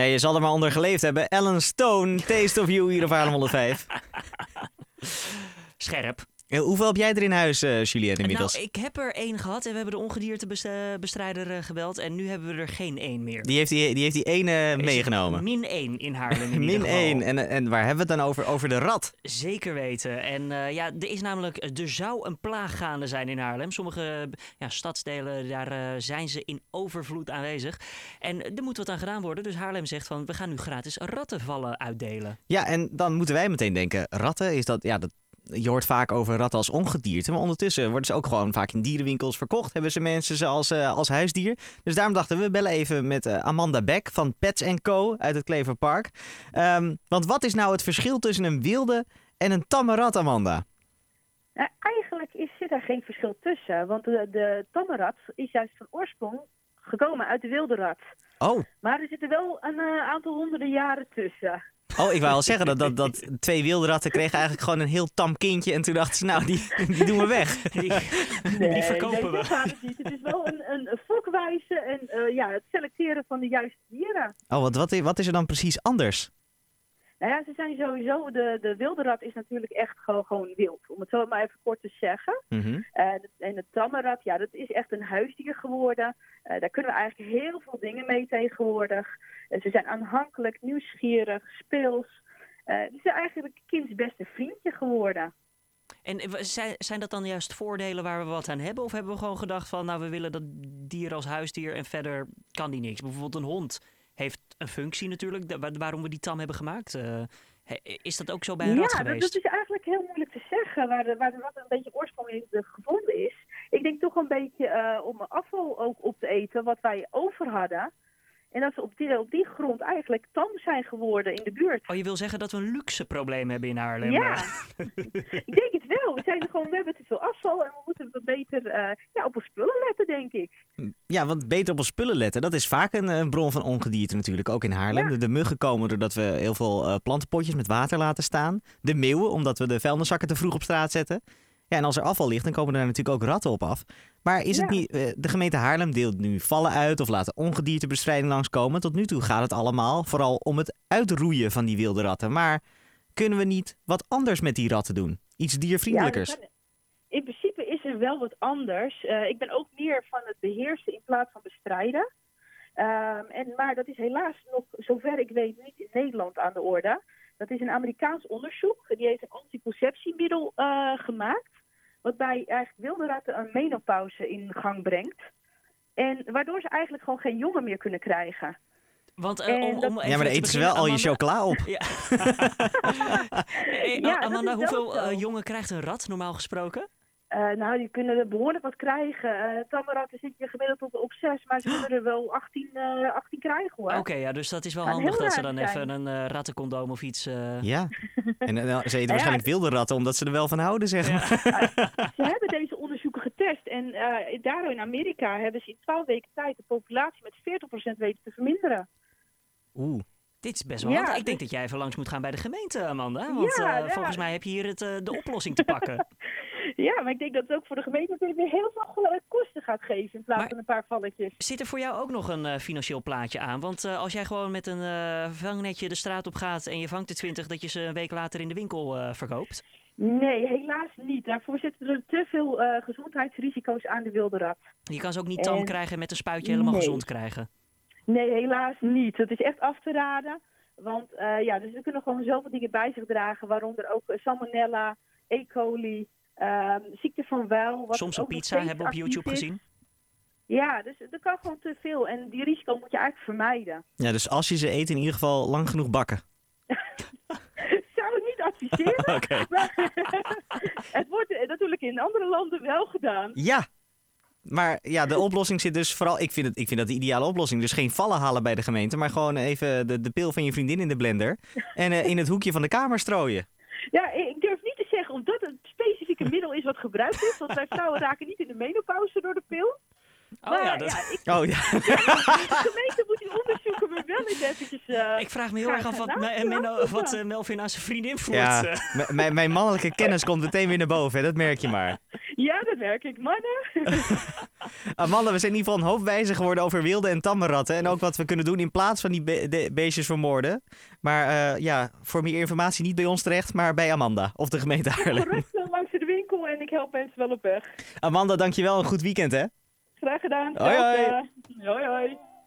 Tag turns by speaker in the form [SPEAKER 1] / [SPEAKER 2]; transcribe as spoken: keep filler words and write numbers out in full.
[SPEAKER 1] Ja, je zal er maar onder geleefd hebben. Ellen Stone, Taste of You hier op Haarlem honderdvijf.
[SPEAKER 2] Scherp.
[SPEAKER 1] Hoeveel heb jij er in huis, uh, Juliette, inmiddels?
[SPEAKER 2] Nou, ik heb er één gehad en we hebben de ongediertebestrijder uh, gebeld. En nu hebben we er geen één meer.
[SPEAKER 1] Die heeft die, die, heeft die ene meegenomen?
[SPEAKER 2] Min één in Haarlem in
[SPEAKER 1] Min één. En, en waar hebben we het dan over? Over de rat?
[SPEAKER 2] Zeker weten. En uh, ja, er is namelijk, er zou een plaag gaande zijn in Haarlem. Sommige ja, stadsdelen, daar uh, zijn ze in overvloed aanwezig. En er moet wat aan gedaan worden. Dus Haarlem zegt van, we gaan nu gratis rattenvallen uitdelen.
[SPEAKER 1] Ja, en dan moeten wij meteen denken, ratten, is dat... Ja, dat je hoort vaak over ratten als ongedierte, maar ondertussen worden ze ook gewoon vaak in dierenwinkels verkocht. Hebben ze mensen ze als, uh, als huisdier. Dus daarom dachten we, we bellen even met uh, Amanda Beck van Pets en Co. uit het Kleverpark. Um, want wat is nou het verschil tussen een wilde en een tamme rat, Amanda?
[SPEAKER 3] Nou, eigenlijk is, zit daar geen verschil tussen. Want de, de tamme rat is juist van oorsprong gekomen uit de wilde rat.
[SPEAKER 1] Oh.
[SPEAKER 3] Maar er zitten wel een uh, aantal honderden jaren tussen.
[SPEAKER 1] Oh, ik wou al zeggen dat, dat, dat twee wilde ratten kregen eigenlijk gewoon een heel tam kindje. En toen dachten ze, nou, die, die doen we weg.
[SPEAKER 2] Die,
[SPEAKER 3] nee,
[SPEAKER 2] die verkopen
[SPEAKER 3] nee,
[SPEAKER 2] we.
[SPEAKER 3] Dat gaat het niet. Het is wel een, een fokwijze en uh, ja, het selecteren van de juiste dieren.
[SPEAKER 1] Oh, wat, wat, wat is er dan precies anders?
[SPEAKER 3] Nou ja, ze zijn sowieso, de, de wilde rat is natuurlijk echt gewoon, gewoon wild. Om het zo maar even kort te zeggen.
[SPEAKER 1] Mm-hmm.
[SPEAKER 3] Uh, en de tamme rat, ja, dat is echt een huisdier geworden. Uh, daar kunnen we eigenlijk heel veel dingen mee tegenwoordig. Uh, ze zijn aanhankelijk, nieuwsgierig, speels. Uh, ze zijn eigenlijk kinds beste vriendje geworden.
[SPEAKER 2] En zijn dat dan juist voordelen waar we wat aan hebben? Of hebben we gewoon gedacht van, nou, we willen dat dier als huisdier en verder kan die niks? Bijvoorbeeld een hond heeft een functie natuurlijk, waarom we die tam hebben gemaakt. Uh, is dat ook zo bij een
[SPEAKER 3] ja,
[SPEAKER 2] rat geweest?
[SPEAKER 3] Ja, dat, dat is eigenlijk heel moeilijk te zeggen waar de, waar de rat een beetje oorsprong gevonden is. Ik denk toch een beetje uh, om afval ook op te eten, wat wij over hadden. En dat ze op die, op die grond eigenlijk tam zijn geworden in de buurt.
[SPEAKER 2] Oh, je wil zeggen dat we een luxe probleem hebben in Haarlem?
[SPEAKER 3] Ja, ik denk het wel. We zijn gewoon, we hebben te veel afval en we moeten wat beter uh, ja, op ons spullen letten, denk ik.
[SPEAKER 1] Ja, want beter op ons spullen letten, dat is vaak een, een bron van ongedierte natuurlijk, ook in Haarlem. Ja. De, de muggen komen doordat we heel veel uh, plantenpotjes met water laten staan. De meeuwen, omdat we de vuilniszakken te vroeg op straat zetten. Ja, en als er afval ligt, dan komen er natuurlijk ook ratten op af. Maar is ja. het niet, uh, de gemeente Haarlem deelt nu vallen uit of laat de ongediertebestrijding langskomen. Tot nu toe gaat het allemaal vooral om het uitroeien van die wilde ratten. Maar kunnen we niet wat anders met die ratten doen? Iets diervriendelijkers?
[SPEAKER 3] Ja, in principe is er wel wat anders. Uh, ik ben ook meer van het beheersen in plaats van bestrijden. Um, en, maar dat is helaas nog, zover ik weet, niet in Nederland aan de orde. Dat is een Amerikaans onderzoek. Die heeft een anticonceptiemiddel uh, gemaakt. Wat bij eigenlijk wilde ratten een menopauze in gang brengt. En waardoor ze eigenlijk gewoon geen jongen meer kunnen krijgen.
[SPEAKER 2] Want, uh, om, om
[SPEAKER 1] dat... Ja, maar dan eten ze wel al je chocola op.
[SPEAKER 2] Ja. hey, ja, Amanda, hoeveel uh, jongen krijgt een rat normaal gesproken?
[SPEAKER 3] Uh, nou, die kunnen er behoorlijk wat krijgen. Uh, tamme ratten zit je gemiddeld op, op zes, maar ze kunnen er wel achttien, uh, achttien krijgen, hoor.
[SPEAKER 2] Oké, okay, ja, dus dat is wel handig dat ze dan zijn. even een uh, rattencondoom of iets... Uh...
[SPEAKER 1] Ja, en uh, ze eten waarschijnlijk wilde ratten, omdat ze er wel van houden, zeg maar.
[SPEAKER 3] Ja. Uh, ze hebben deze onderzoeken getest en uh, daardoor in Amerika hebben ze in twaalf weken tijd de populatie met veertig procent weten te verminderen.
[SPEAKER 2] Oeh. Dit is best wel
[SPEAKER 3] ja,
[SPEAKER 2] handig. Ik
[SPEAKER 3] dus...
[SPEAKER 2] denk dat jij even langs moet gaan bij de gemeente, Amanda. Want
[SPEAKER 3] ja,
[SPEAKER 2] uh,
[SPEAKER 3] ja.
[SPEAKER 2] volgens mij heb je hier het, uh, de oplossing te pakken.
[SPEAKER 3] Ja, maar ik denk dat het ook voor de gemeente natuurlijk weer heel veel kosten gaat geven in plaats maar van een paar valletjes.
[SPEAKER 2] Zit er voor jou ook nog een uh, financieel plaatje aan? Want uh, als jij gewoon met een uh, vangnetje de straat op gaat en je vangt de twintig, dat je ze een week later in de winkel uh, verkoopt?
[SPEAKER 3] Nee, helaas niet. Daarvoor zitten er te veel uh, gezondheidsrisico's aan de wilde rat.
[SPEAKER 2] Je kan ze ook niet tam en... krijgen met een spuitje helemaal nee. gezond krijgen?
[SPEAKER 3] Nee, helaas niet. Het is echt af te raden. Want uh, ja, dus er kunnen gewoon zoveel dingen bij zich dragen, waaronder ook uh, salmonella, E. coli, uh, ziekte van Weil. Wat
[SPEAKER 2] Soms een pizza hebben we op YouTube
[SPEAKER 3] is.
[SPEAKER 2] gezien.
[SPEAKER 3] Ja, dus er kan gewoon te veel en die risico moet je eigenlijk vermijden.
[SPEAKER 1] Ja, dus als je ze eet, in ieder geval lang genoeg bakken.
[SPEAKER 3] Zou ik niet adviseren.
[SPEAKER 1] Okay.
[SPEAKER 3] Maar het wordt natuurlijk in andere landen wel gedaan.
[SPEAKER 1] Ja. Maar ja, de oplossing zit dus vooral... Ik vind, het, ik vind dat de ideale oplossing. Dus geen vallen halen bij de gemeente. Maar gewoon even de, de pil van je vriendin in de blender. En uh, in het hoekje van de kamer strooien.
[SPEAKER 3] Ja, ik durf niet te zeggen of dat het specifieke middel is wat gebruikt is. Want wij vrouwen raken niet in de menopauze door de pil.
[SPEAKER 2] Oh
[SPEAKER 3] maar,
[SPEAKER 2] ja, dat...
[SPEAKER 3] ja, ik...
[SPEAKER 1] oh ja.
[SPEAKER 3] De gemeente moet die onderzoeken, maar wel eens eventjes... Uh,
[SPEAKER 2] ik vraag me heel erg af wat, me, Menno, wat uh, Melvin aan zijn vriendin voert.
[SPEAKER 1] Ja, m- mijn mannelijke kennis komt meteen weer naar boven, hè? Dat merk je maar.
[SPEAKER 3] Ja, dat werk ik, mannen.
[SPEAKER 1] Amanda, we zijn in ieder geval een hoop wijzer geworden over wilde en tamme ratten. En ook wat we kunnen doen in plaats van die be- de beestjes vermoorden. Maar uh, ja, voor meer informatie niet bij ons terecht, maar bij Amanda of de gemeente Haarlem.
[SPEAKER 3] Rustig langs de winkel en ik help mensen wel op weg.
[SPEAKER 1] Amanda, dankjewel. Een goed weekend, hè?
[SPEAKER 3] Graag gedaan.
[SPEAKER 1] Hoi, hoi.
[SPEAKER 3] Hoi, hoi.